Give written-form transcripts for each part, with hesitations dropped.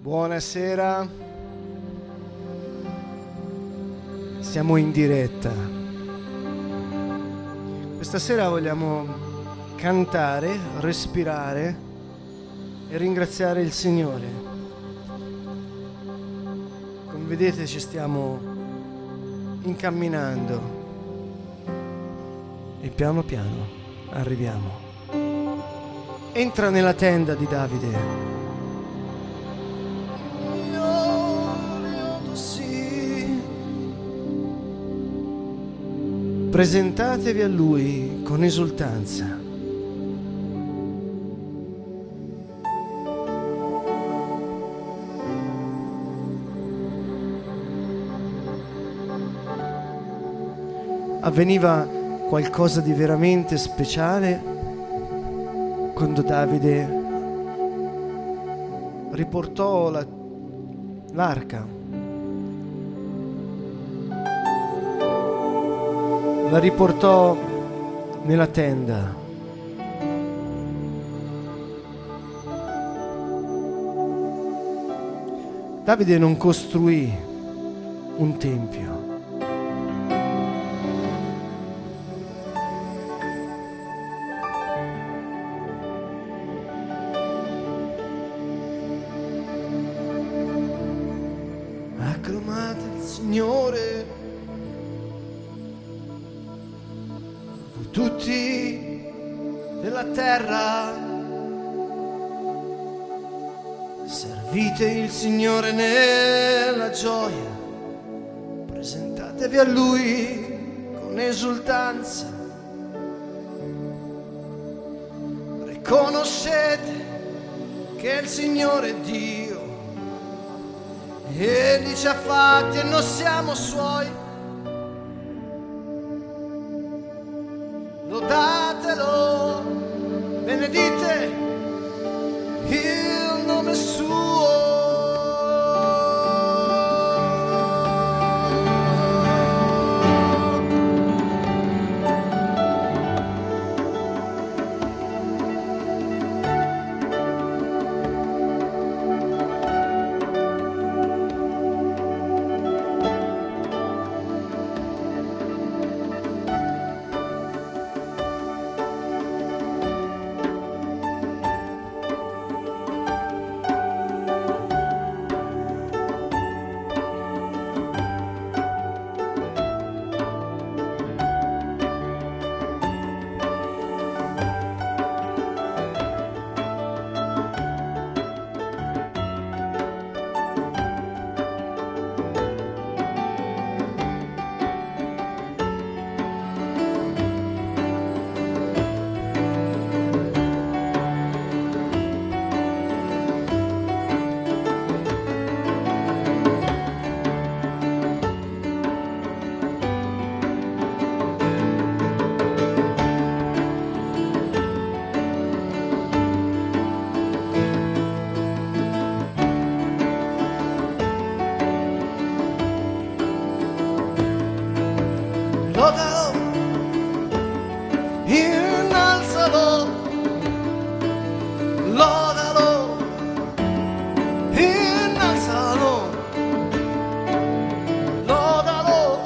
Buonasera, siamo in diretta. Questa sera vogliamo cantare, respirare e ringraziare il Signore. Come vedete ci stiamo incamminando e piano piano arriviamo. Entra nella tenda di Davide. Presentatevi a Lui con esultanza. Avveniva qualcosa di veramente speciale quando Davide riportò l'arca. La riportò nella tenda. Davide non costruì un tempio. Acclamate il Signore, tutti della terra, servite il Signore nella gioia, presentatevi a Lui con esultanza, riconoscete che il Signore è Dio, Egli ci ha fatti e noi siamo Suoi. Lodatelo, benedite il nome suo. Lodalo, innalzalo, lodalo, innalzalo, lodalo.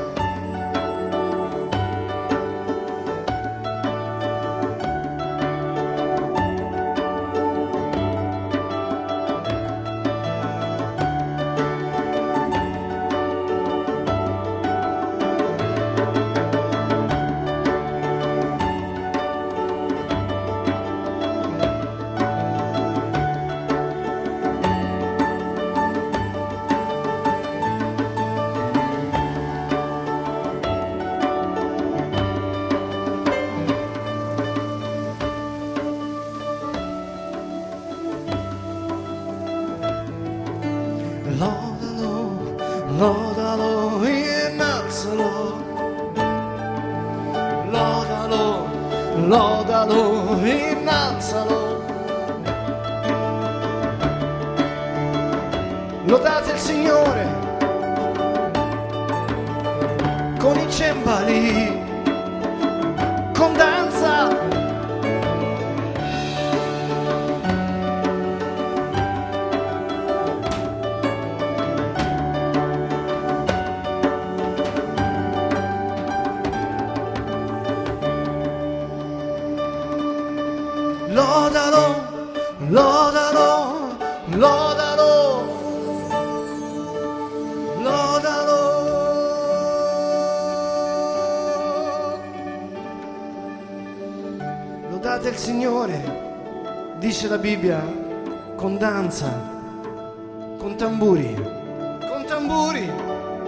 Lodalo, lodalo, innalzalo, lodalo, lodalo, innalzalo. Lodate il Signore con i cembali, con danza. Lodalo, lodalo, lodalo. Lodate il Signore, dice la Bibbia, con danza, con tamburi, con tamburi.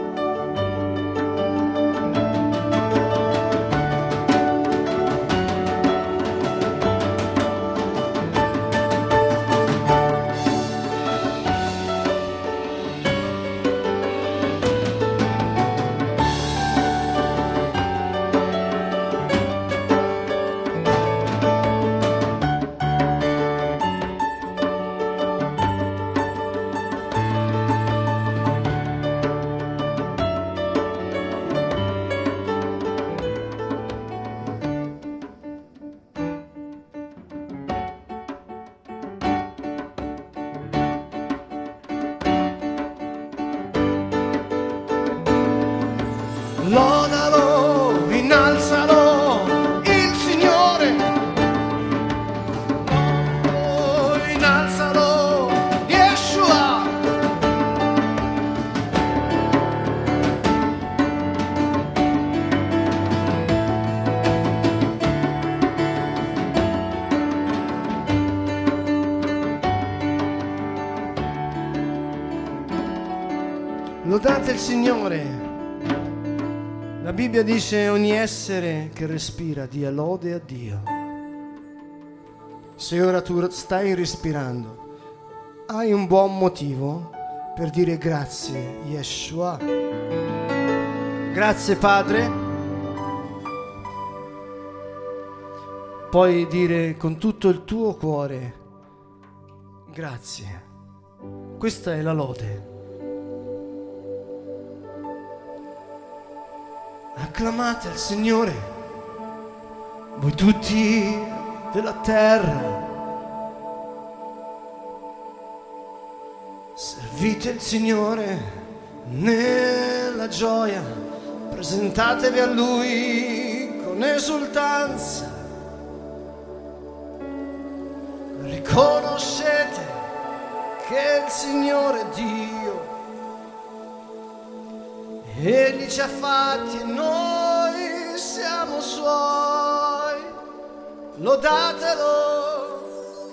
Lodalo, innalzalo, il Signore. Oh, innalzalo, Yeshua. Lodate il Signore. La Bibbia dice: ogni essere che respira dia lode a Dio. Se ora tu stai respirando, hai un buon motivo per dire grazie, Yeshua. Grazie, Padre. Puoi dire con tutto il tuo cuore: grazie. Questa è la lode. Acclamate il Signore, voi tutti della terra. Servite il Signore nella gioia, presentatevi a Lui con esultanza. Riconoscete che il Signore è Dio. Egli ci ha fatti e noi siamo Suoi. Lodatelo,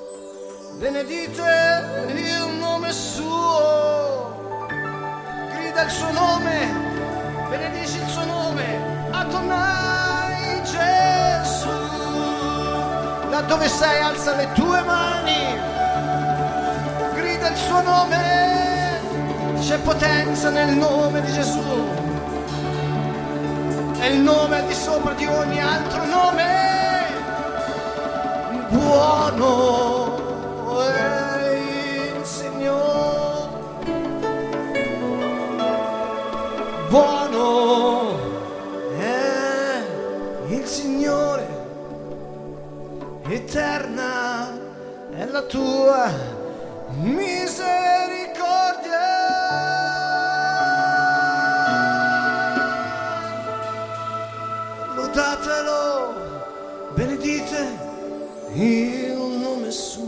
benedite il nome Suo. Grida il Suo nome, benedici il Suo nome. Adonai Gesù. Laddove sei, alza le tue mani. Grida il Suo nome. C'è potenza nel nome di Gesù. È il nome al di sopra di ogni altro nome. Buono è il Signore. Buono è il Signore. Eterna è la tua misericordia. Lodatelo, benedite il nome Suo.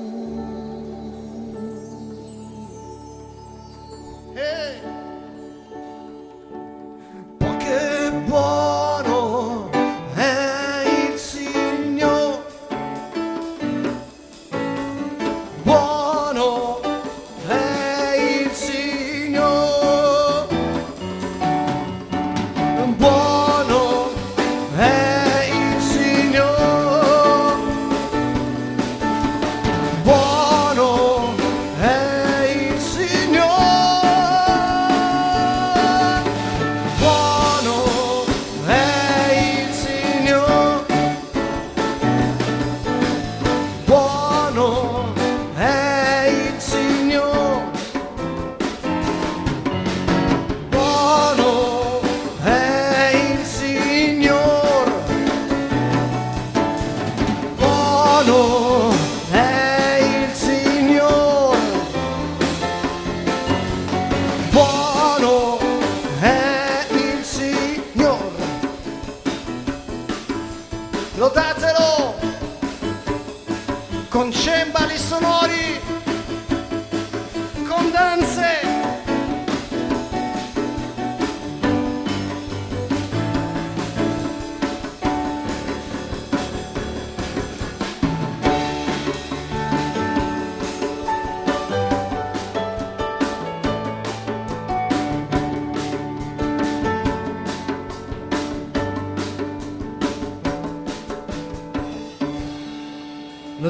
Poiché buono è il Signore, buono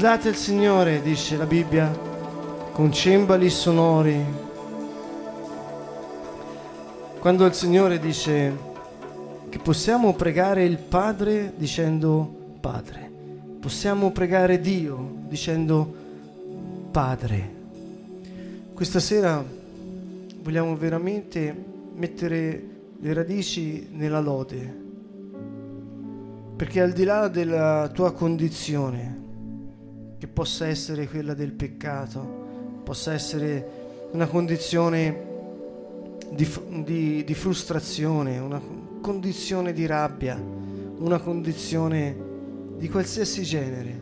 Lodate il Signore, dice la Bibbia, con cembali sonori. Quando il Signore dice che possiamo pregare il Padre dicendo Padre, possiamo pregare Dio dicendo Padre. Questa sera vogliamo veramente mettere le radici nella lode, perché al di là della tua condizione, che possa essere quella del peccato, possa essere una condizione di frustrazione, una condizione di rabbia, una condizione di qualsiasi genere,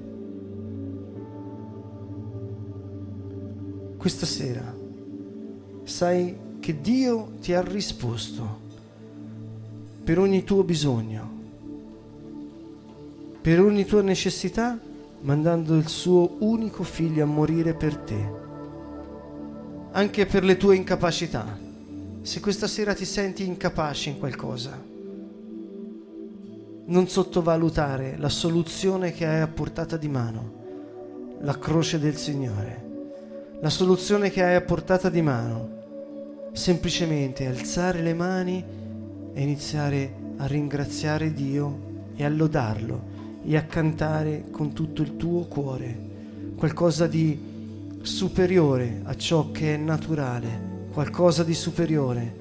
questa sera sai che Dio ti ha risposto per ogni tuo bisogno, per ogni tua necessità, mandando il suo unico figlio a morire per te, anche per le tue incapacità. Se questa sera ti senti incapace in qualcosa, non sottovalutare la soluzione che hai a portata di mano, la croce del Signore. La soluzione che hai a portata di mano, semplicemente alzare le mani e iniziare a ringraziare Dio e a lodarlo e a cantare con tutto il tuo cuore qualcosa di superiore a ciò che è naturale, qualcosa di superiore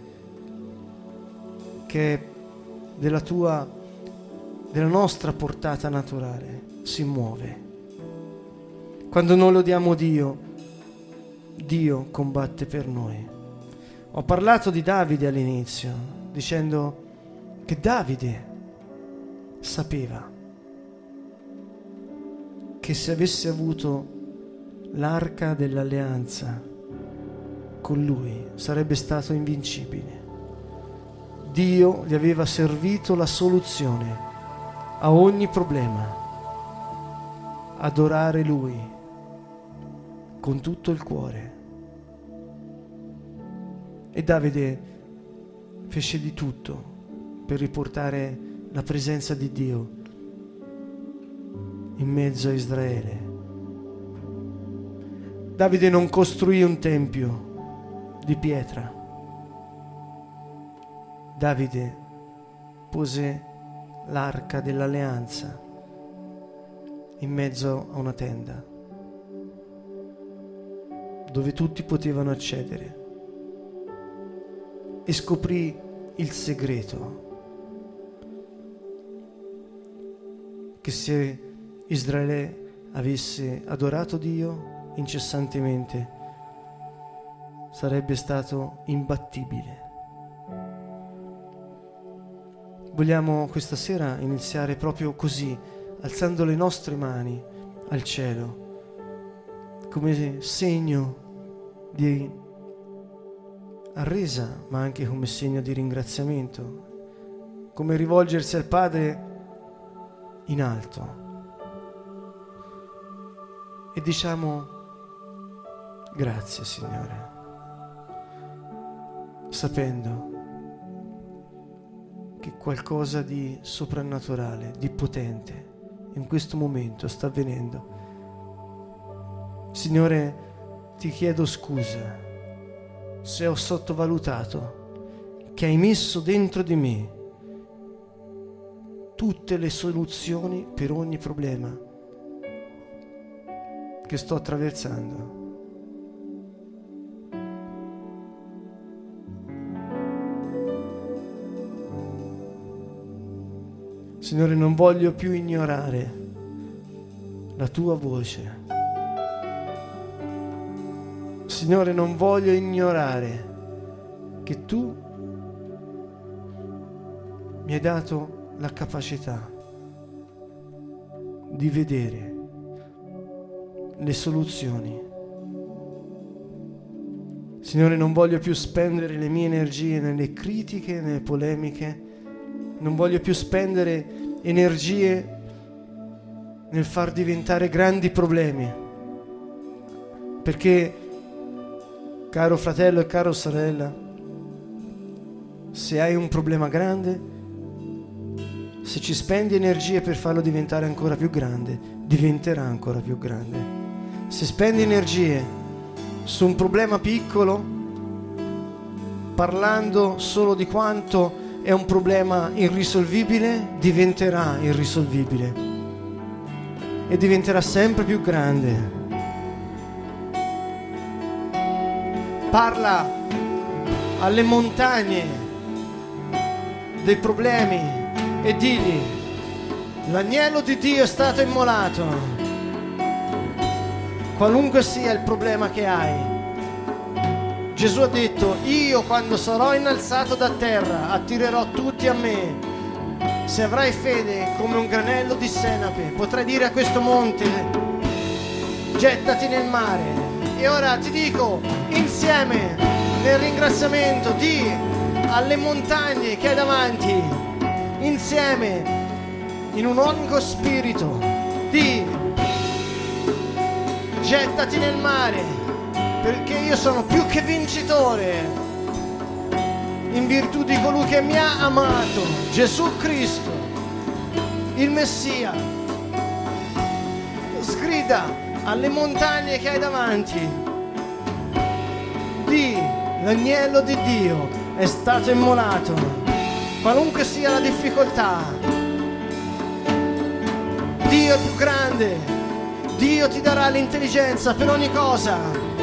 che è della nostra portata naturale, si muove. Quando noi lodiamo Dio, Dio combatte per noi. Ho parlato di Davide all'inizio, dicendo che Davide sapeva che se avesse avuto l'arca dell'alleanza con lui sarebbe stato invincibile. Dio gli aveva servito la soluzione a ogni problema: adorare lui con tutto il cuore. E Davide fece di tutto per riportare la presenza di Dio in mezzo a Israele. Davide non costruì un tempio di pietra. Davide pose l'arca dell'alleanza in mezzo a una tenda dove tutti potevano accedere, e scoprì il segreto: che se Israele avesse adorato Dio incessantemente sarebbe stato imbattibile. Vogliamo questa sera iniziare proprio così, alzando le nostre mani al cielo come segno di arresa, ma anche come segno di ringraziamento, come rivolgersi al Padre in alto, e diciamo: grazie Signore, sapendo che qualcosa di soprannaturale, di potente in questo momento sta avvenendo. Signore, ti chiedo scusa se ho sottovalutato che hai messo dentro di me tutte le soluzioni per ogni problema che sto attraversando. Signore, non voglio più ignorare la tua voce. Signore, non voglio ignorare che tu mi hai dato la capacità di vedere le soluzioni. Signore, non voglio più spendere le mie energie nelle critiche, nelle polemiche. Non voglio più spendere energie nel far diventare grandi problemi, perché, caro fratello e caro sorella, se hai un problema grande, se ci spendi energie per farlo diventare ancora più grande, diventerà ancora più grande. Se spendi energie su un problema piccolo, parlando solo di quanto è un problema irrisolvibile, diventerà irrisolvibile e diventerà sempre più grande. Parla alle montagne dei problemi e digli: l'agnello di Dio è stato immolato. Qualunque sia il problema che hai, Gesù ha detto: io quando sarò innalzato da terra attirerò tutti a me. Se avrai fede come un granello di senape, potrai dire a questo monte: gettati nel mare. E ora ti dico insieme nel ringraziamento, di alle montagne che hai davanti, insieme in un unico spirito, di gettati nel mare, perché io sono più che vincitore in virtù di colui che mi ha amato, Gesù Cristo, il Messia. Sgrida alle montagne che hai davanti, di l'agnello di Dio è stato immolato. Qualunque sia la difficoltà, Dio è più grande. Dio ti darà l'intelligenza per ogni cosa.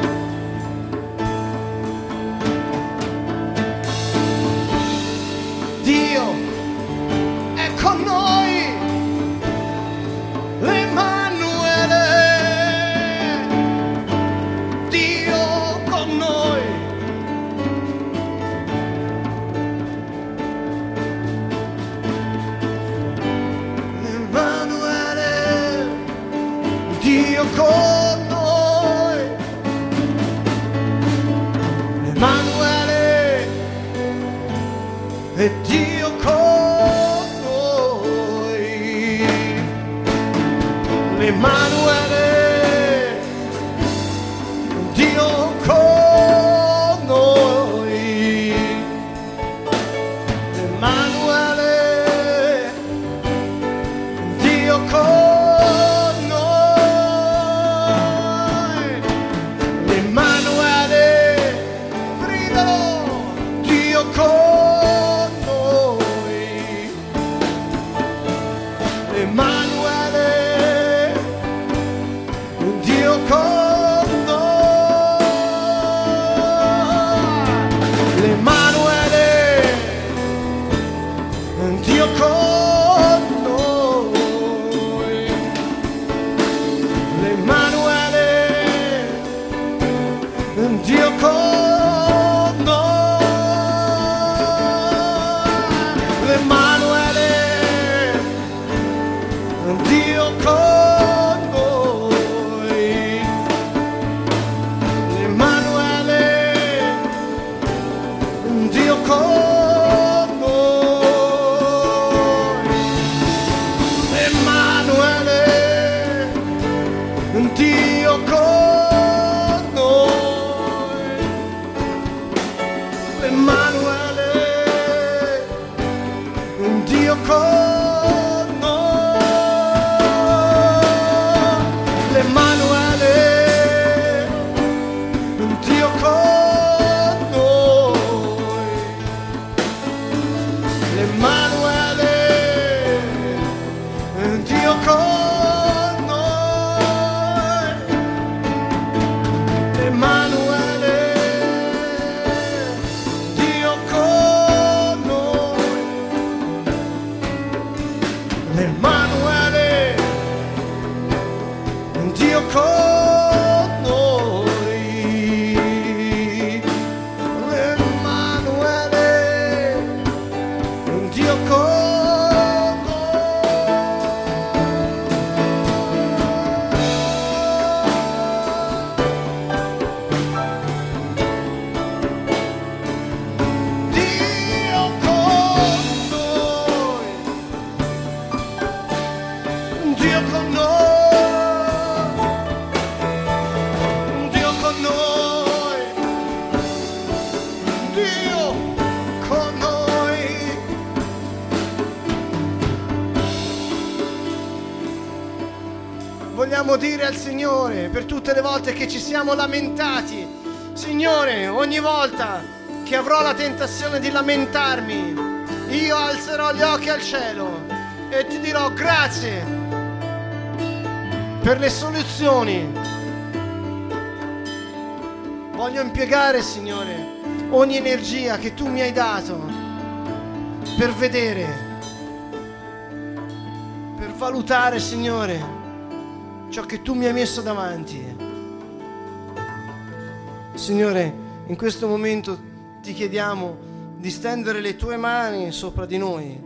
Dio è con noi, l'Emanuele. Dio con noi. L'Emanuele, Dio con noi. L'Emanuele è Dio con noi. L'Emanuele, Dio con noi. L'Emanuele, Dio con noi. L'Emanuele, gridalo, Dio con noi. L'Emanuele, Dio con noi. L'Emanuele, Dio con noi. L'Emanuele, Dio con noi. L'Emanuele, Dio con noi. L'Emanuele, Dio con noi. L'Emanuele, Dio con noi. dire al Signore per tutte le volte che ci siamo lamentati. Signore, ogni volta che avrò la tentazione di lamentarmi, io alzerò gli occhi al cielo e ti dirò grazie per le soluzioni. Voglio impiegare, Signore, ogni energia che tu mi hai dato per vedere, per valutare, Signore, ciò che tu mi hai messo davanti. Signore, in questo momento ti chiediamo di stendere le tue mani sopra di noi,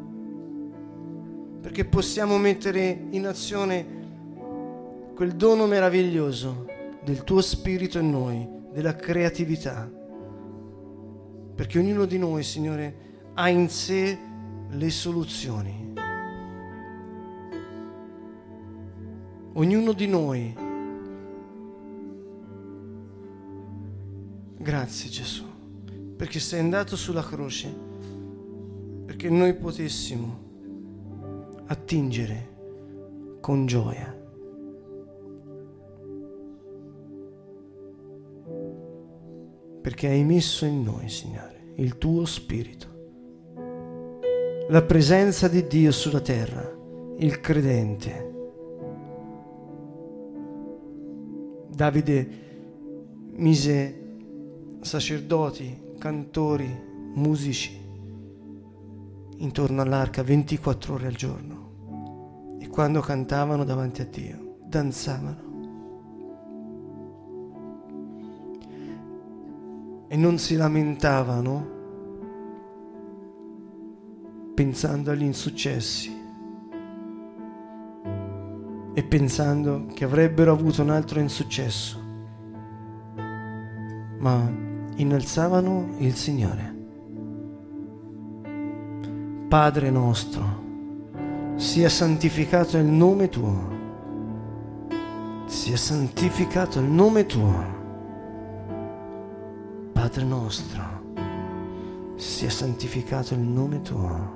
perché possiamo mettere in azione quel dono meraviglioso del tuo spirito in noi, della creatività, perché ognuno di noi, Signore, ha in sé le soluzioni. Ognuno di noi. Grazie Gesù, perché sei andato sulla croce, perché noi potessimo attingere con gioia. Perché hai messo in noi, Signore, il tuo spirito, la presenza di Dio sulla terra, il credente. Davide mise sacerdoti, cantori, musici intorno all'arca 24 ore al giorno, e quando cantavano davanti a Dio, danzavano. E non si lamentavano pensando agli insuccessi e pensando che avrebbero avuto un altro insuccesso, ma innalzavano il Signore. Padre nostro, sia santificato il nome tuo, sia santificato il nome tuo. Padre nostro, sia santificato il nome tuo.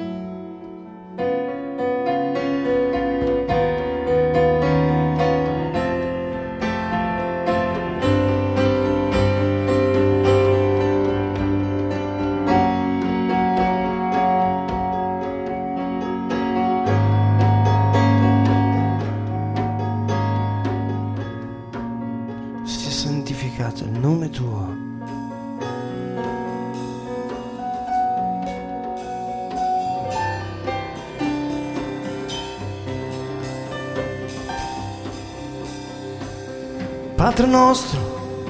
Sia santificato il nome tuo. Padre nostro,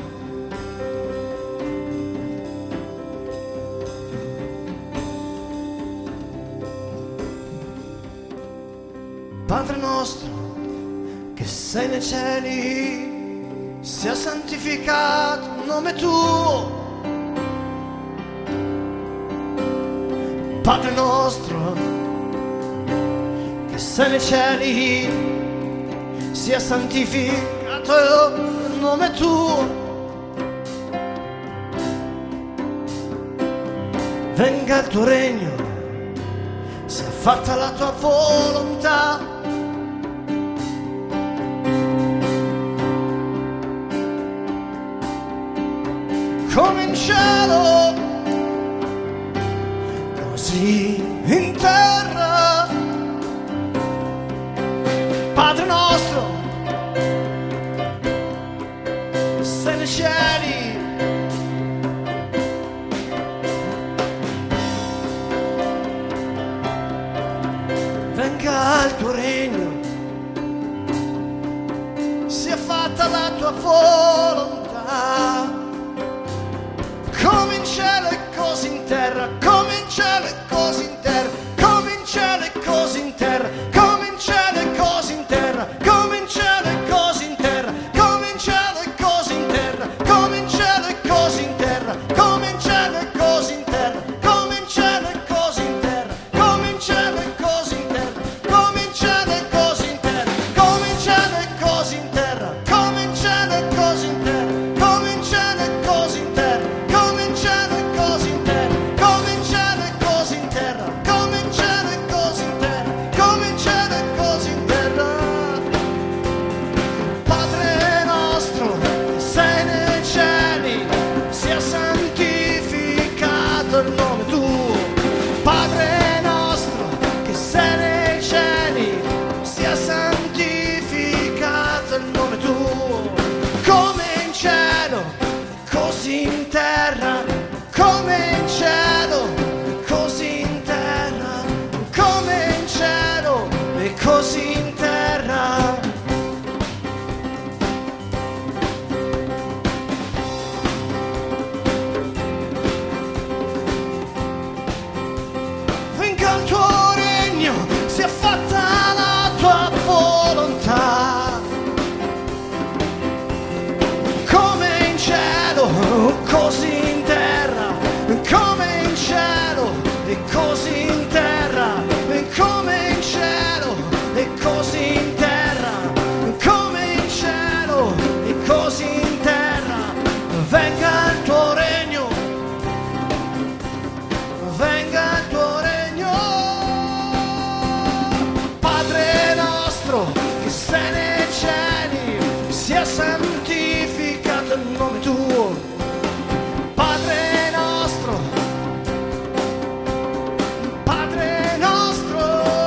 Padre nostro che sei nei cieli, sia santificato il nome tuo. Padre nostro che sei nei cieli, sia santificato il nome tuo. Venga il tuo regno, sia fatta la tua volontà, come in cielo, così in terra. Padre nostro, sei nei cieli, venga il tuo regno, sia fatta la tua volontà, come in cielo e così in terra, come in cielo e così in terra, come in cielo e così in terra, come in cielo e così in terra, come in cielo e così in terra, come in cielo e così in terra, come in cielo e così in terra, come in cielo e così in terra, come in cielo e così in terra, come in cielo e così in terra, come in cielo e così in terra, come in cielo e così in terra, come in cielo e così in terra, come in cielo e così in terra, come in cielo e così così in terra come in cielo, e così in terra come in cielo, e così in terra. Venga il tuo regno, sia fatta la tua volontà, come in cielo, così in terra, come in cielo, e così in terra, e come in cielo, e così in terra, come in cielo, e così in terra. Venga il tuo regno, venga il tuo regno. Padre nostro che sei nei cieli, sia santificato il nome tuo. Padre nostro, Padre nostro,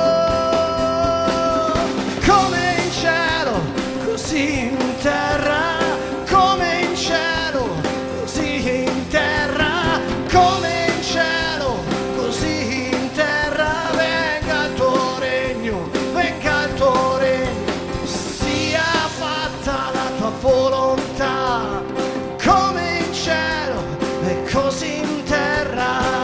come in cielo, così in terra, come in cielo, così in terra, come in cielo, così in terra. Venga il tuo regno, venga il tuo regno, sia fatta la tua volontà, come in cielo e così in terra.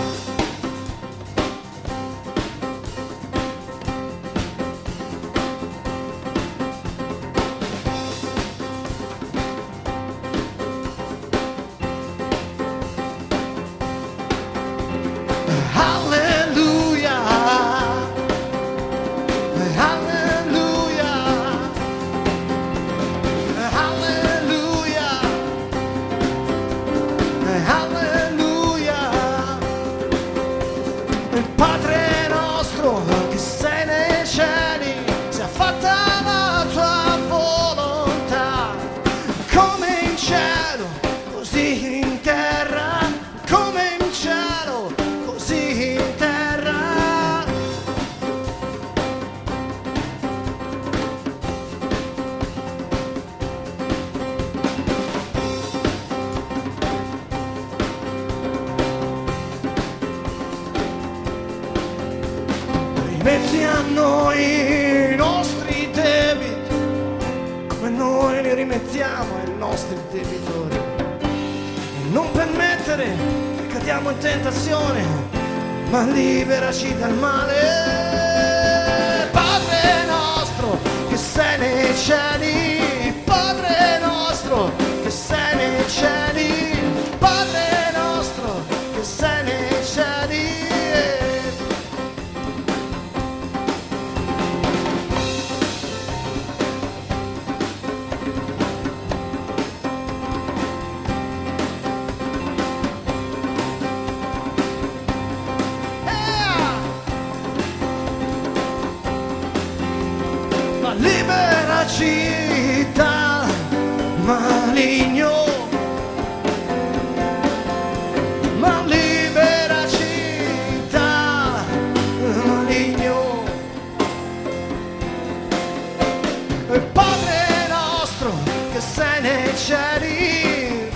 Alleluia, alleluia, alleluia, alleluia. Il Padre nostro che sei nei cieli, sia fatta la tua volontà, come in cielo, così in terra, come in cielo, così in terra. Rimetti a noi i nostri debiti, come noi li rimettiamo ai nostri debitori. E non permettere che cadiamo in tentazione, ma liberaci dal male. Padre nostro che sei nei cieli, Padre nostro che sei nei cieli, Padre nostro che sei nei cieli. Ma liberaci dal maligno, ma liberaci dal maligno. E Padre nostro che sei nei cieli,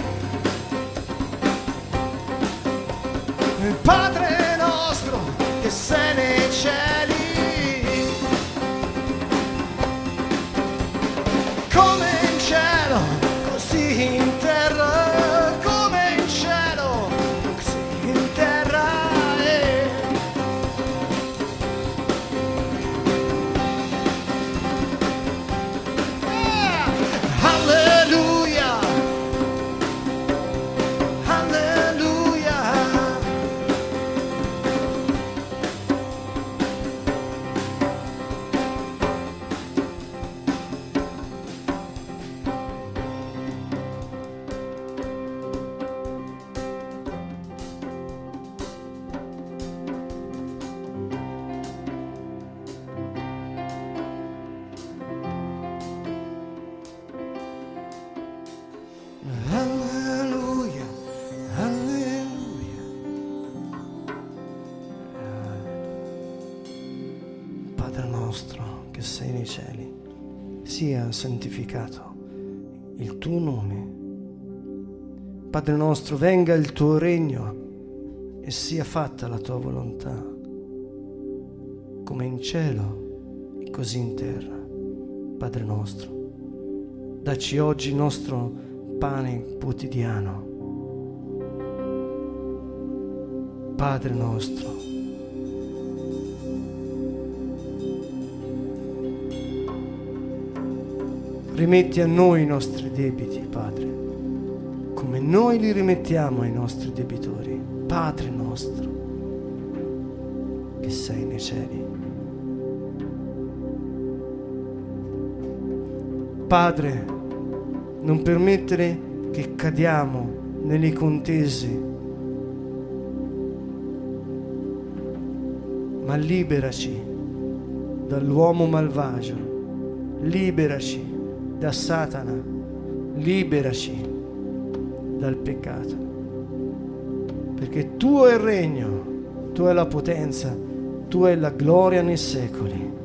e Padre nostro che sei nei cieli, come in cielo, così in terra, come in cielo, così in terra. Alleluia, alleluia. Alleluia, alleluia. Padre nostro che sei nei cieli, sia santificato il tuo nome, Padre nostro, venga il tuo regno e sia fatta la tua volontà, come in cielo e così in terra. Padre nostro, dacci oggi il nostro pane quotidiano. Padre nostro, rimetti a noi i nostri debiti, Padre, come noi li rimettiamo ai nostri debitori. Padre nostro, che sei nei cieli. Padre, non permettere che cadiamo nelle contese, ma liberaci dall'uomo malvagio, liberaci da Satana, liberaci dal peccato, perché tuo è il regno, tua è la potenza, tua è la gloria nei secoli.